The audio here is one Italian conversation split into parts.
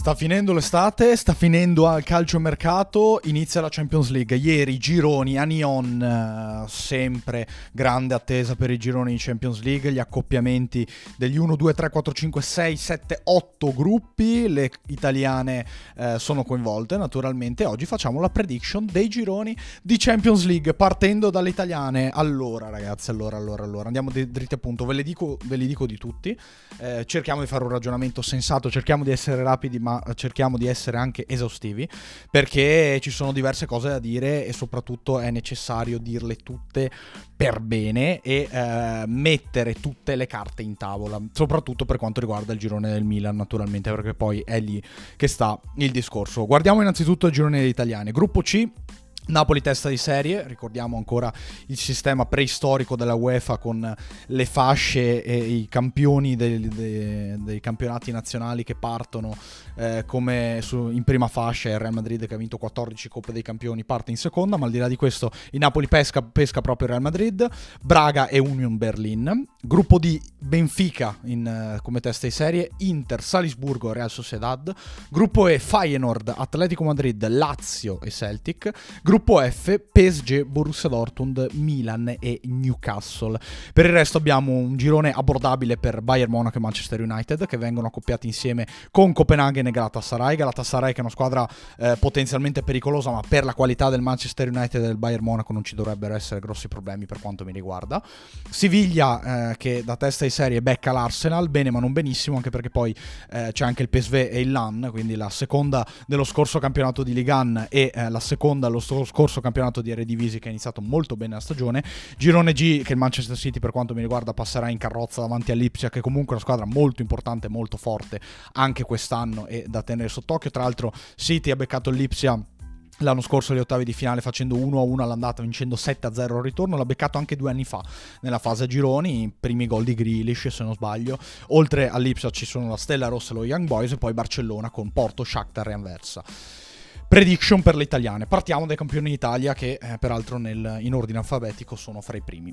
Sta finendo l'estate, sta finendo al calciomercato, inizia la Champions League. Ieri gironi a Nyon, sempre grande attesa per i gironi di Champions League, gli accoppiamenti degli 1, 2, 3, 4, 5, 6, 7, 8 gruppi, le italiane sono coinvolte naturalmente. Oggi facciamo la prediction dei gironi di Champions League partendo dalle italiane. Allora ragazzi, allora andiamo dritti a punto, ve li dico di tutti, cerchiamo di fare un ragionamento sensato, cerchiamo di essere rapidi ma cerchiamo di essere anche esaustivi, perché ci sono diverse cose da dire e soprattutto è necessario dirle tutte per bene e mettere tutte le carte in tavola, soprattutto per quanto riguarda il girone del Milan naturalmente, perché poi è lì che sta il discorso. Guardiamo innanzitutto il girone degli italiani. Gruppo C, Napoli testa di serie, ricordiamo ancora il sistema preistorico della UEFA con le fasce e i campioni dei campionati nazionali che partono come in prima fascia. Il Real Madrid, che ha vinto 14 Coppe dei Campioni, parte in seconda, ma al di là di questo il Napoli pesca proprio il Real Madrid, Braga e Union Berlin. Gruppo D, Benfica come testa di serie, Inter, Salisburgo, Real Sociedad. Gruppo E, Feyenoord, Atletico Madrid, Lazio e Celtic. Gruppo F, PSG, Borussia Dortmund, Milan e Newcastle. Per il resto abbiamo un girone abbordabile per Bayern Monaco e Manchester United, che vengono accoppiati insieme con Copenaghen e Galatasaray. Galatasaray che è una squadra potenzialmente pericolosa, ma per la qualità del Manchester United e del Bayern Monaco non ci dovrebbero essere grossi problemi per quanto mi riguarda. Siviglia che da testa di serie becca l'Arsenal, bene ma non benissimo, anche perché poi c'è anche il PSV e il LAN, quindi la seconda dello scorso campionato di Ligue 1 e la seconda dello scorso campionato di Eredivisie, che ha iniziato molto bene la stagione. Girone G, che il Manchester City per quanto mi riguarda passerà in carrozza davanti all'Ipsia, che comunque è una squadra molto importante, molto forte anche quest'anno e da tenere sott'occhio. Tra l'altro City ha beccato l'Ipsia l'anno scorso agli ottavi di finale facendo 1-1 all'andata, vincendo 7-0 al ritorno. L'ha beccato anche 2 anni fa nella fase a gironi, i primi gol di Grealish se non sbaglio. Oltre all'Ipsia ci sono la Stella Rossa e lo Young Boys, e poi Barcellona con Porto, Shakhtar e Anversa. Prediction per le italiane. Partiamo dai campioni d'Italia, che peraltro in ordine alfabetico sono fra i primi.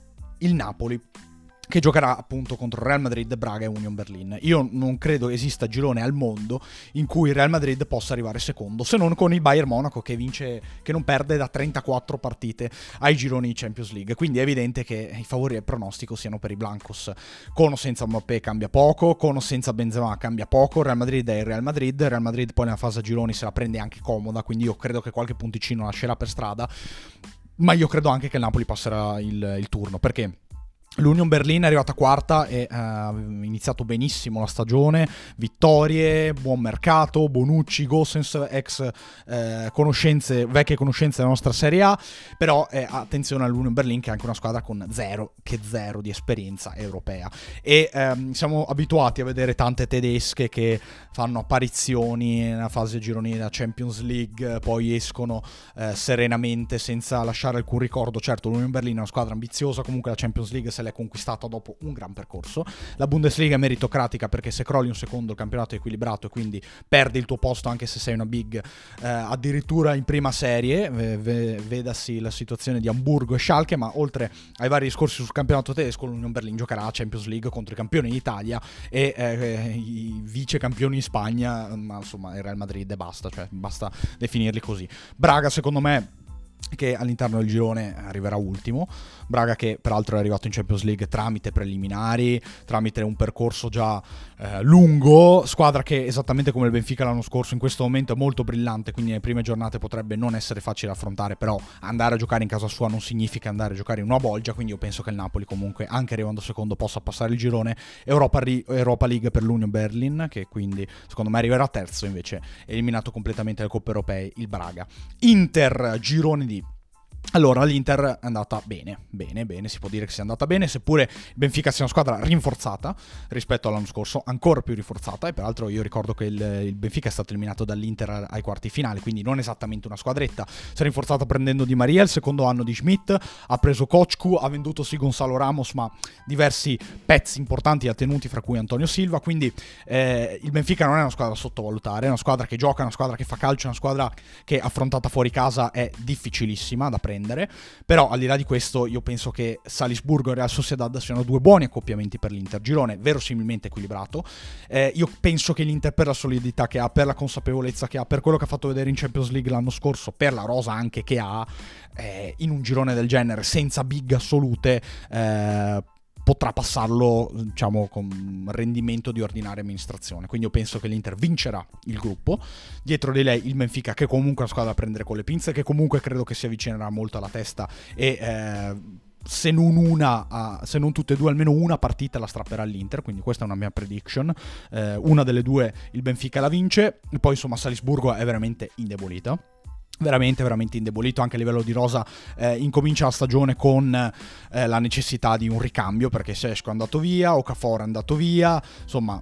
Il Napoli, che giocherà appunto contro Real Madrid, Braga e Union Berlin. Io non credo esista girone al mondo in cui il Real Madrid possa arrivare secondo, se non con il Bayern Monaco, che non perde da 34 partite ai gironi di Champions League. Quindi è evidente che i favori del pronostico siano per i Blancos. Con o senza Mbappé cambia poco, con o senza Benzema cambia poco. Real Madrid è il Real Madrid. Real Madrid poi nella fase a gironi se la prende anche comoda, quindi io credo che qualche punticino lascerà per strada, ma io credo anche che il Napoli passerà il turno, perché l'Union Berlin è arrivata quarta e ha iniziato benissimo la stagione, vittorie, buon mercato, Bonucci, Gosens, vecchie conoscenze della nostra Serie A, però attenzione all'Union Berlin, che è anche una squadra con zero di esperienza europea, e siamo abituati a vedere tante tedesche che fanno apparizioni nella fase gironi della Champions League, poi escono serenamente senza lasciare alcun ricordo. Certo, l'Union Berlin è una squadra ambiziosa, comunque la Champions League se l'è conquistata dopo un gran percorso. La Bundesliga è meritocratica, perché se crolli un secondo il campionato è equilibrato e quindi perdi il tuo posto anche se sei una big, addirittura in prima serie, vedasi la situazione di Amburgo e Schalke. Ma oltre ai vari discorsi sul campionato tedesco, l'Union Berlin giocherà a Champions League contro i campioni d'Italia e i vice campioni in Spagna, ma insomma il Real Madrid e basta, cioè basta definirli così. Braga secondo me, che all'interno del girone arriverà ultimo. Braga che peraltro è arrivato in Champions League tramite preliminari, tramite un percorso già lungo, squadra che esattamente come il Benfica l'anno scorso in questo momento è molto brillante, quindi nelle prime giornate potrebbe non essere facile da affrontare, però andare a giocare in casa sua non significa andare a giocare in una bolgia, quindi io penso che il Napoli comunque, anche arrivando secondo, possa passare il girone. Europa League per l'Union Berlin, che quindi secondo me arriverà terzo, invece eliminato completamente dalle Coppe Europee il Braga. Inter, girone di... Allora, l'Inter è andata bene, si può dire che sia andata bene, seppure il Benfica sia una squadra rinforzata rispetto all'anno scorso, ancora più rinforzata, e peraltro io ricordo che il Benfica è stato eliminato dall'Inter ai quarti finali, quindi non esattamente una squadretta. Si è rinforzata prendendo Di Maria, il secondo anno di Schmidt, ha preso Kochku, ha venduto sì Gonzalo Ramos, ma diversi pezzi importanti ha tenuti, fra cui Antonio Silva, quindi il Benfica non è una squadra da sottovalutare, è una squadra che gioca, è una squadra che fa calcio, è una squadra che affrontata fuori casa è difficilissima da prendere, prendere. Però al di là di questo io penso che Salisburgo e Real Sociedad siano due buoni accoppiamenti per l'Inter, girone verosimilmente equilibrato. Io penso che l'Inter, per la solidità che ha, per la consapevolezza che ha, per quello che ha fatto vedere in Champions League l'anno scorso, per la rosa anche che ha, in un girone del genere senza big assolute potrà passarlo, diciamo, con rendimento di ordinaria amministrazione. Quindi io penso che l'Inter vincerà il gruppo, dietro di lei il Benfica, che comunque è una squadra da prendere con le pinze, che comunque credo che si avvicinerà molto alla testa e se non tutte e due, almeno una partita la strapperà l'Inter, quindi questa è una mia prediction. Una delle due il Benfica la vince, e poi insomma Salisburgo è veramente indebolita, veramente indebolito anche a livello di rosa. Incomincia la stagione con la necessità di un ricambio, perché Šeško è andato via, Okafor è andato via, insomma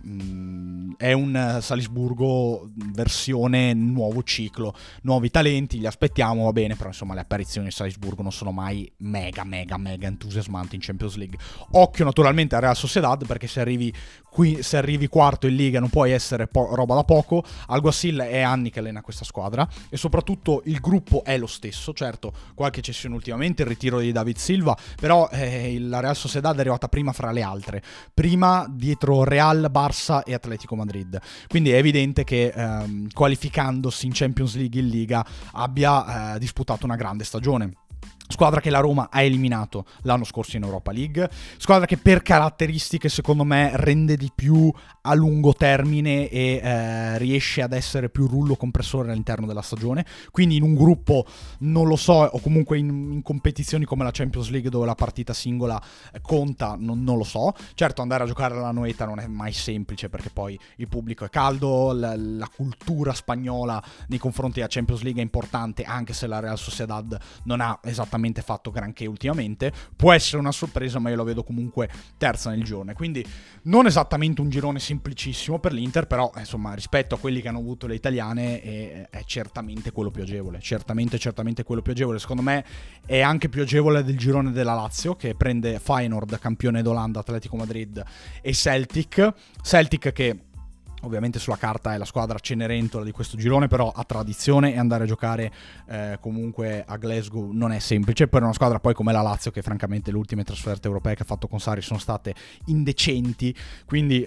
è un Salisburgo versione nuovo ciclo, nuovi talenti, li aspettiamo, va bene, però insomma le apparizioni di Salisburgo non sono mai mega entusiasmanti in Champions League. Occhio naturalmente a Real Sociedad, perché se arrivi quarto in Liga non puoi essere roba da poco. Alguacil è anni che allena questa squadra e soprattutto il gruppo è lo stesso, certo qualche cessione ultimamente, il ritiro di David Silva, però la Real Sociedad è arrivata prima fra le altre, prima dietro Real, Barça e Atletico Madrid, quindi è evidente che qualificandosi in Champions League in Liga abbia disputato una grande stagione. Squadra che la Roma ha eliminato l'anno scorso in Europa League, squadra che per caratteristiche secondo me rende di più a lungo termine e riesce ad essere più rullo compressore all'interno della stagione, quindi in un gruppo, non lo so, o comunque in competizioni come la Champions League dove la partita singola conta, non lo so. Certo, andare a giocare alla Noeta non è mai semplice, perché poi il pubblico è caldo, la cultura spagnola nei confronti della Champions League è importante, anche se la Real Sociedad non ha esattamente fatto granché ultimamente. Può essere una sorpresa, ma io lo vedo comunque terza nel girone, quindi non esattamente un girone semplicissimo per l'Inter, però insomma rispetto a quelli che hanno avuto le italiane è certamente quello più agevole, certamente quello più agevole. Secondo me è anche più agevole del girone della Lazio, che prende Feyenoord, campione d'Olanda, Atletico Madrid e Celtic che ovviamente sulla carta è la squadra cenerentola di questo girone, però ha tradizione, e andare a giocare comunque a Glasgow non è semplice per una squadra poi come la Lazio, che francamente le ultime trasferte europee che ha fatto con Sarri sono state indecenti, quindi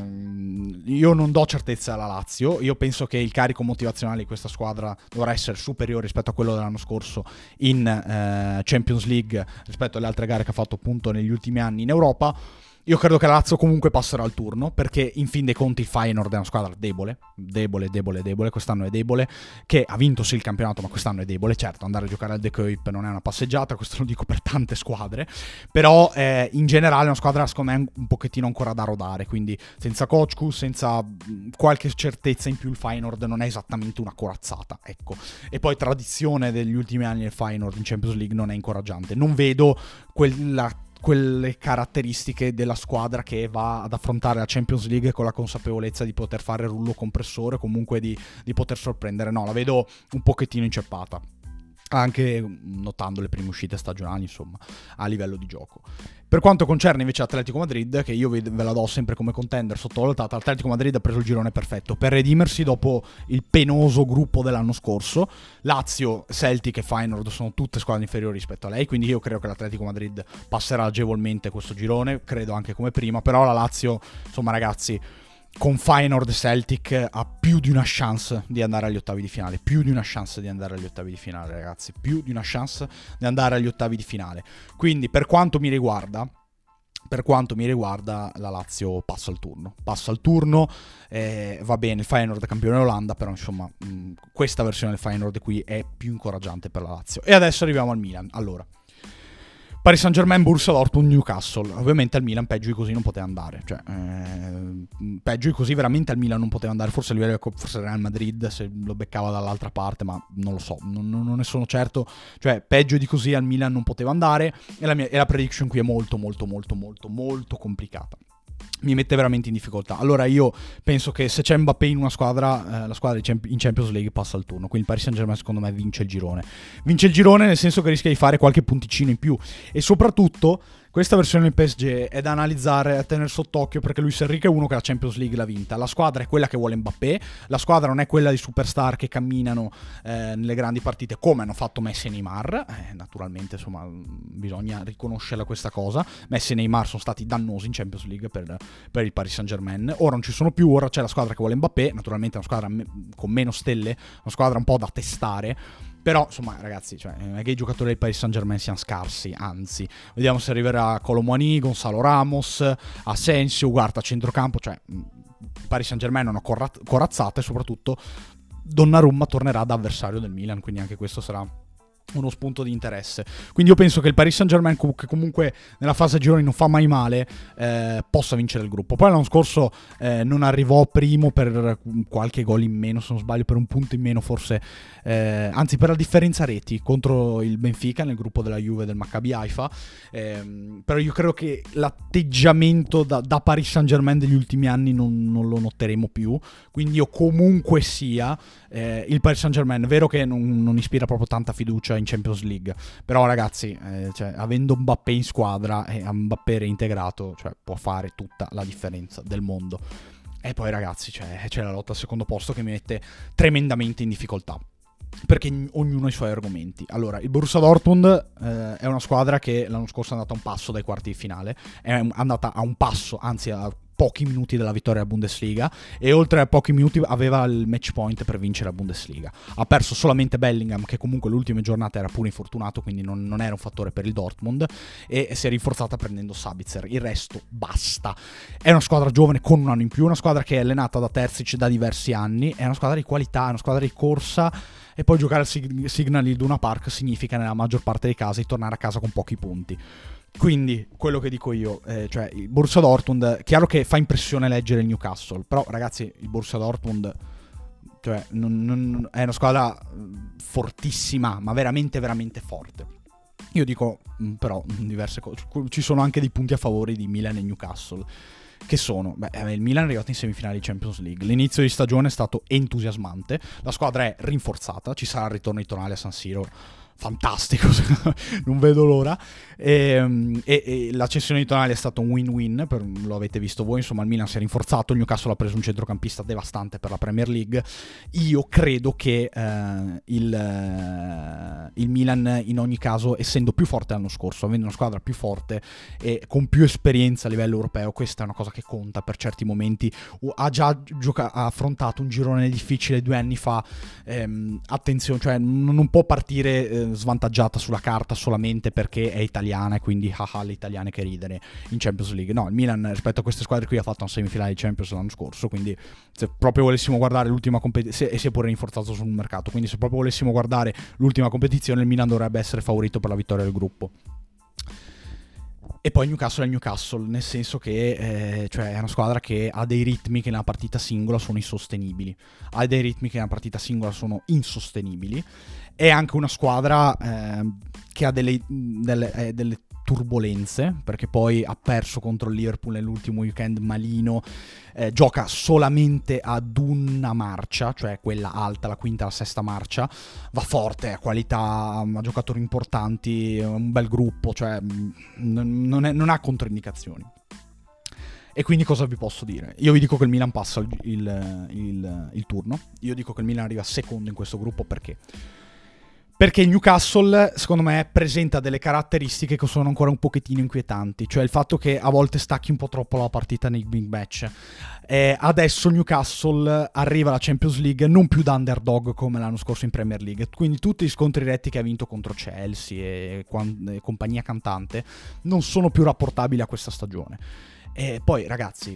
io non do certezza alla Lazio. Io penso che il carico motivazionale di questa squadra dovrà essere superiore rispetto a quello dell'anno scorso in Champions League, rispetto alle altre gare che ha fatto appunto negli ultimi anni in Europa. Io credo che la Lazio comunque passerà il turno, perché in fin dei conti il Feyenoord è una squadra debole, quest'anno è debole, che ha vinto sì il campionato, ma quest'anno è debole. Certo, andare a giocare al De Kuip non è una passeggiata, questo lo dico per tante squadre, però in generale è una squadra secondo me un pochettino ancora da rodare, quindi senza Kočku, senza qualche certezza in più il Feyenoord non è esattamente una corazzata, ecco. E poi tradizione degli ultimi anni del Feyenoord in Champions League non è incoraggiante, non vedo quelle caratteristiche della squadra che va ad affrontare la Champions League con la consapevolezza di poter fare rullo compressore, comunque di poter sorprendere. No, la vedo un pochettino inceppata, anche notando le prime uscite stagionali, insomma, a livello di gioco. Per quanto concerne invece Atletico Madrid, che io ve la do sempre come contender sottovalutata, Atletico Madrid ha preso il girone perfetto per redimersi dopo il penoso gruppo dell'anno scorso. Lazio, Celtic e Feyenoord sono tutte squadre inferiori rispetto a lei, quindi io credo che l'Atletico Madrid passerà agevolmente questo girone, credo anche come prima, però la Lazio, insomma ragazzi, con Feyenoord e Celtic ha più di una chance di andare agli ottavi di finale, ragazzi, più di una chance di andare agli ottavi di finale. Quindi per quanto mi riguarda la Lazio passa al turno, va bene, il Feyenoord è campione d'Olanda, però insomma questa versione del Feyenoord qui è più incoraggiante per la Lazio. E adesso arriviamo al Milan. Allora, Paris Saint-Germain, Borussia Dortmund, Newcastle. Ovviamente al Milan peggio di così non poteva andare, cioè peggio di così veramente al Milan non poteva andare, forse a livello, forse Real Madrid se lo beccava dall'altra parte, ma non lo so, non ne sono certo, cioè peggio di così al Milan non poteva andare, e la prediction qui è molto complicata. Mi mette veramente in difficoltà. Allora io penso che se c'è Mbappé in una squadra, la squadra in Champions League passa al turno, quindi il Paris Saint-Germain secondo me vince il girone nel senso che rischia di fare qualche punticino in più, e soprattutto questa versione del PSG è da analizzare, a tenere sott'occhio, perché Luis Enrique è uno che la Champions League l'ha vinta. La squadra è quella che vuole Mbappé, la squadra non è quella di superstar che camminano nelle grandi partite come hanno fatto Messi e Neymar. Naturalmente, insomma, bisogna riconoscerla questa cosa. Messi e Neymar sono stati dannosi in Champions League per il Paris Saint-Germain. Ora non ci sono più, ora c'è la squadra che vuole Mbappé, naturalmente una squadra con meno stelle, una squadra un po' da testare. Però, insomma, ragazzi, cioè, non è che i giocatori del Paris Saint-Germain siano scarsi, anzi. Vediamo se arriverà Kolo Muani, Gonzalo Ramos, Asensio, guarda, a centrocampo, cioè, il Paris Saint-Germain è una corazzata e soprattutto Donnarumma tornerà da avversario del Milan, quindi anche questo sarà uno spunto di interesse. Quindi io penso che il Paris Saint-Germain, che comunque nella fase gironi non fa mai male, possa vincere il gruppo. Poi l'anno scorso non arrivò primo per qualche gol in meno, se non sbaglio, per un punto in meno forse, anzi per la differenza reti contro il Benfica nel gruppo della Juve e del Maccabi Haifa. Però io credo che l'atteggiamento da Paris Saint-Germain degli ultimi anni non lo noteremo più. Quindi io comunque sia il Paris Saint-Germain, è vero che non ispira proprio tanta fiducia in Champions League, però ragazzi, cioè, avendo Mbappé in squadra e Mbappé reintegrato, cioè, può fare tutta la differenza del mondo. E poi ragazzi, c'è la lotta al secondo posto che mi mette tremendamente in difficoltà, perché ognuno ha i suoi argomenti. Allora, il Borussia Dortmund è una squadra che l'anno scorso è andata a un passo dai quarti di finale, è andata a un passo, anzi a pochi minuti dalla vittoria della Bundesliga, e oltre a pochi minuti aveva il match point per vincere la Bundesliga. Ha perso solamente Bellingham, che comunque le ultime giornate era pure infortunato, quindi non era un fattore per il Dortmund, e si è rinforzata prendendo Sabitzer. Il resto basta. È una squadra giovane con un anno in più, una squadra che è allenata da Terzic da diversi anni, è una squadra di qualità, è una squadra di corsa, e poi giocare al Signal Iduna Park significa nella maggior parte dei casi tornare a casa con pochi punti. Quindi, quello che dico io, cioè il Borussia Dortmund, chiaro che fa impressione leggere il Newcastle, però ragazzi, il Borussia Dortmund, cioè, è una squadra fortissima, ma veramente, veramente forte. Io dico, però, diverse cose. Ci sono anche dei punti a favore di Milan e Newcastle, che sono, il Milan è arrivato in semifinale di Champions League, l'inizio di stagione è stato entusiasmante, la squadra è rinforzata, ci sarà il ritorno di Tonali a San Siro, fantastico, non vedo l'ora, e la cessione di Tonali è stato un win-win, lo avete visto voi, insomma il Milan si è rinforzato, il Newcastle ha preso un centrocampista devastante per la Premier League. Io credo che il Milan in ogni caso, essendo più forte l'anno scorso, avendo una squadra più forte e con più esperienza a livello europeo, questa è una cosa che conta per certi momenti. Ha già ha affrontato un girone difficile 2 anni fa, attenzione, cioè non può partire svantaggiata sulla carta solamente perché è italiana e quindi le italiane che ridere in Champions League. No, il Milan rispetto a queste squadre qui ha fatto una semifinale di Champions l'anno scorso, quindi se proprio volessimo guardare l'ultima competizione, e si è pure rinforzato sul mercato, quindi se proprio volessimo guardare l'ultima competizione, il Milan dovrebbe essere favorito per la vittoria del gruppo. E poi Newcastle è Newcastle, nel senso che cioè è una squadra che ha dei ritmi che nella partita singola sono insostenibili, ha dei ritmi che nella partita singola sono insostenibili. È anche una squadra che ha delle turbolenze, perché poi ha perso contro il Liverpool nell'ultimo weekend malino, gioca solamente ad una marcia, cioè quella alta, la quinta, la sesta marcia, va forte, ha qualità, ha giocatori importanti, un bel gruppo, cioè non ha controindicazioni. E quindi cosa vi posso dire? Io vi dico che il Milan passa il turno, io dico che il Milan arriva secondo in questo gruppo. Perché il Newcastle, secondo me, presenta delle caratteristiche che sono ancora un pochettino inquietanti. Cioè il fatto che a volte stacchi un po' troppo la partita nei big match. Adesso il Newcastle arriva alla Champions League non più da underdog come l'anno scorso in Premier League. Quindi tutti gli scontri diretti che ha vinto contro Chelsea e compagnia cantante non sono più rapportabili a questa stagione. E poi, ragazzi...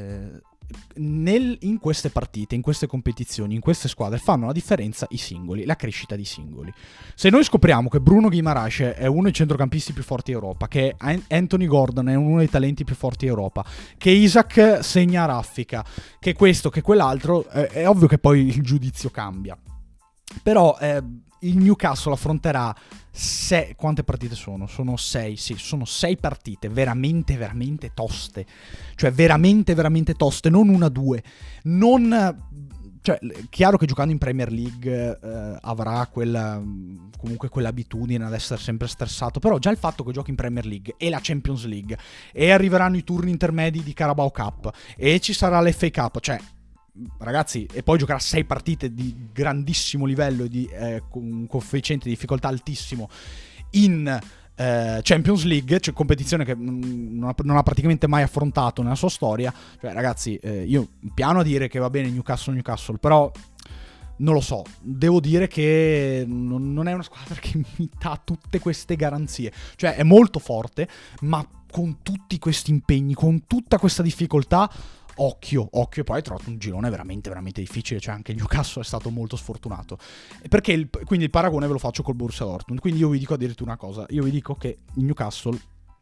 in queste partite, in queste competizioni, in queste squadre fanno la differenza i singoli, la crescita di singoli. Se noi scopriamo che Bruno Guimaraes è uno dei centrocampisti più forti d'Europa, che Anthony Gordon è uno dei talenti più forti d'Europa, che Isaac segna a raffica, che questo, che quell'altro, è ovvio che poi il giudizio cambia. Però il Newcastle affronterà quante partite sono? Sono 6, sì, sono 6 partite veramente, veramente toste. Cioè veramente, veramente toste, non 1-2, non cioè, chiaro che giocando in Premier League avrà comunque quell'abitudine ad essere sempre stressato, però già il fatto che giochi in Premier League e la Champions League e arriveranno i turni intermedi di Carabao Cup e ci sarà l'FA Cup, cioè ragazzi, e poi giocherà 6 partite di grandissimo livello e di un coefficiente di difficoltà altissimo in Champions League, cioè competizione che non ha praticamente mai affrontato nella sua storia. Cioè ragazzi, io piano a dire che va bene Newcastle, però non lo so, devo dire che non è una squadra che mi dà tutte queste garanzie. Cioè è molto forte, ma con tutti questi impegni, con tutta questa difficoltà, occhio, e poi hai trovato un girone veramente veramente difficile. Cioè anche il Newcastle è stato molto sfortunato, perché quindi il paragone ve lo faccio col Borussia Dortmund. Quindi io vi dico addirittura una cosa, io vi dico che il Newcastle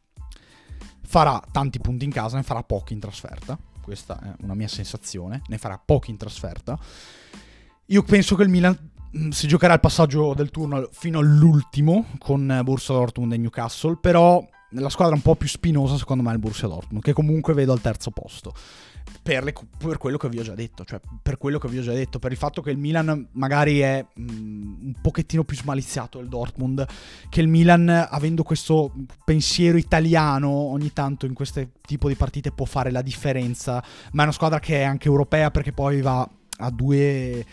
farà tanti punti in casa, ne farà pochi in trasferta. Questa è una mia sensazione, ne farà pochi in trasferta. Io penso che il Milan si giocherà il passaggio del turno fino all'ultimo con Borussia Dortmund e Newcastle, però la squadra un po' più spinosa secondo me è il Borussia Dortmund, che comunque vedo al terzo posto. Per quello che vi ho già detto, cioè per quello che vi ho già detto, per il fatto che il Milan magari è un pochettino più smaliziato del Dortmund, che il Milan, avendo questo pensiero italiano, ogni tanto in questo tipo di partite può fare la differenza, ma è una squadra che è anche europea, perché poi va a due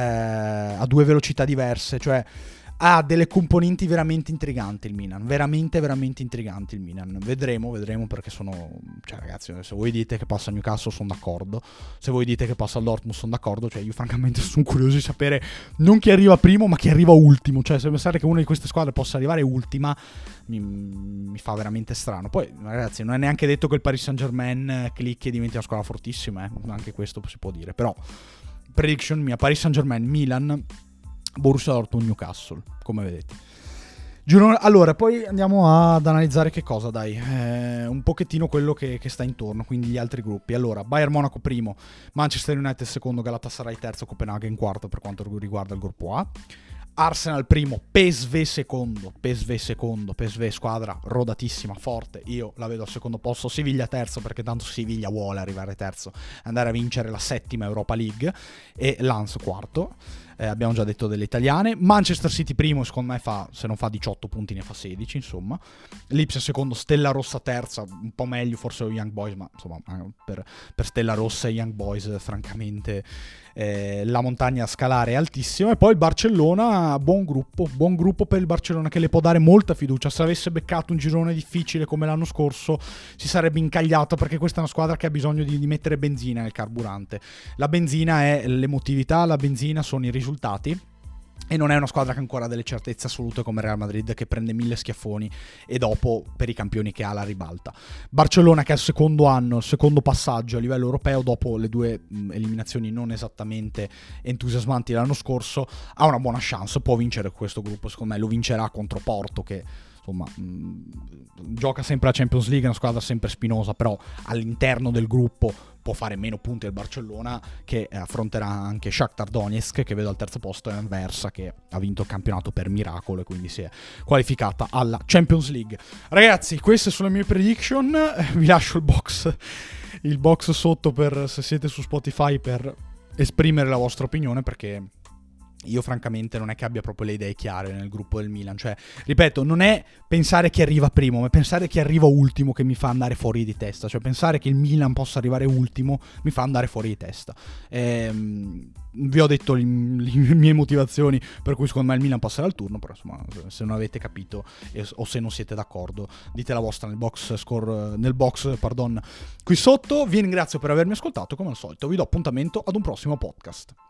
velocità diverse, cioè ha delle componenti veramente intriganti il Milan, veramente veramente intriganti il Milan. Vedremo perché cioè ragazzi, se voi dite che passa a Newcastle sono d'accordo, se voi dite che passa al Dortmund sono d'accordo, cioè io francamente sono curioso di sapere non chi arriva primo ma chi arriva ultimo, cioè se pensare che una di queste squadre possa arrivare ultima mi fa veramente strano. Poi ragazzi, non è neanche detto che il Paris Saint-Germain clicchi e diventi una squadra fortissima, anche questo si può dire, però prediction mia: Paris Saint-Germain, Milan, Borussia Dortmund, Newcastle, come vedete. Allora, poi andiamo ad analizzare che cosa, dai, un pochettino quello che sta intorno, quindi gli altri gruppi. Allora, Bayern Monaco primo, Manchester United secondo, Galatasaray terzo, Copenaghen quarto per quanto riguarda il gruppo A. Arsenal primo, PSV secondo, PSV squadra rodatissima, forte, io la vedo al secondo posto. Siviglia terzo, perché tanto Siviglia vuole arrivare terzo, andare a vincere la 7ª Europa League, e Lens quarto. Abbiamo già detto delle italiane. Manchester City primo, secondo me se non fa 18 punti ne fa 16, insomma. Lipsia secondo, Stella Rossa terza, un po' meglio forse lo Young Boys, ma insomma per Stella Rossa e Young Boys francamente la montagna a scalare è altissima. E poi il Barcellona, buon gruppo per il Barcellona, che le può dare molta fiducia. Se avesse beccato un girone difficile come l'anno scorso si sarebbe incagliato, perché questa è una squadra che ha bisogno di mettere benzina nel carburante. La benzina è l'emotività, la benzina sono i risultati, e non è una squadra che ancora ha delle certezze assolute come Real Madrid, che prende 1000 schiaffoni e dopo per i campioni che ha la ribalta. Barcellona, che è il secondo anno, il secondo passaggio a livello europeo dopo le 2 eliminazioni non esattamente entusiasmanti l'anno scorso, ha una buona chance, può vincere questo gruppo. Secondo me lo vincerà contro Porto, che insomma gioca sempre la Champions League, è una squadra sempre spinosa, però all'interno del gruppo può fare meno punti del Barcellona, che affronterà anche Shakhtar Donetsk, che vedo al terzo posto, e Anversa, che ha vinto il campionato per miracolo e quindi si è qualificata alla Champions League. Ragazzi, queste sono le mie prediction, vi lascio il box sotto se siete su Spotify per esprimere la vostra opinione, perché io francamente non è che abbia proprio le idee chiare nel gruppo del Milan. Cioè, ripeto, non è pensare chi arriva primo, ma pensare chi arriva ultimo che mi fa andare fuori di testa. Cioè, pensare che il Milan possa arrivare ultimo mi fa andare fuori di testa. Vi ho detto le mie motivazioni per cui secondo me il Milan passerà al turno, però insomma, se non avete capito o se non siete d'accordo, dite la vostra nel box qui sotto. Vi ringrazio per avermi ascoltato, come al solito vi do appuntamento ad un prossimo podcast.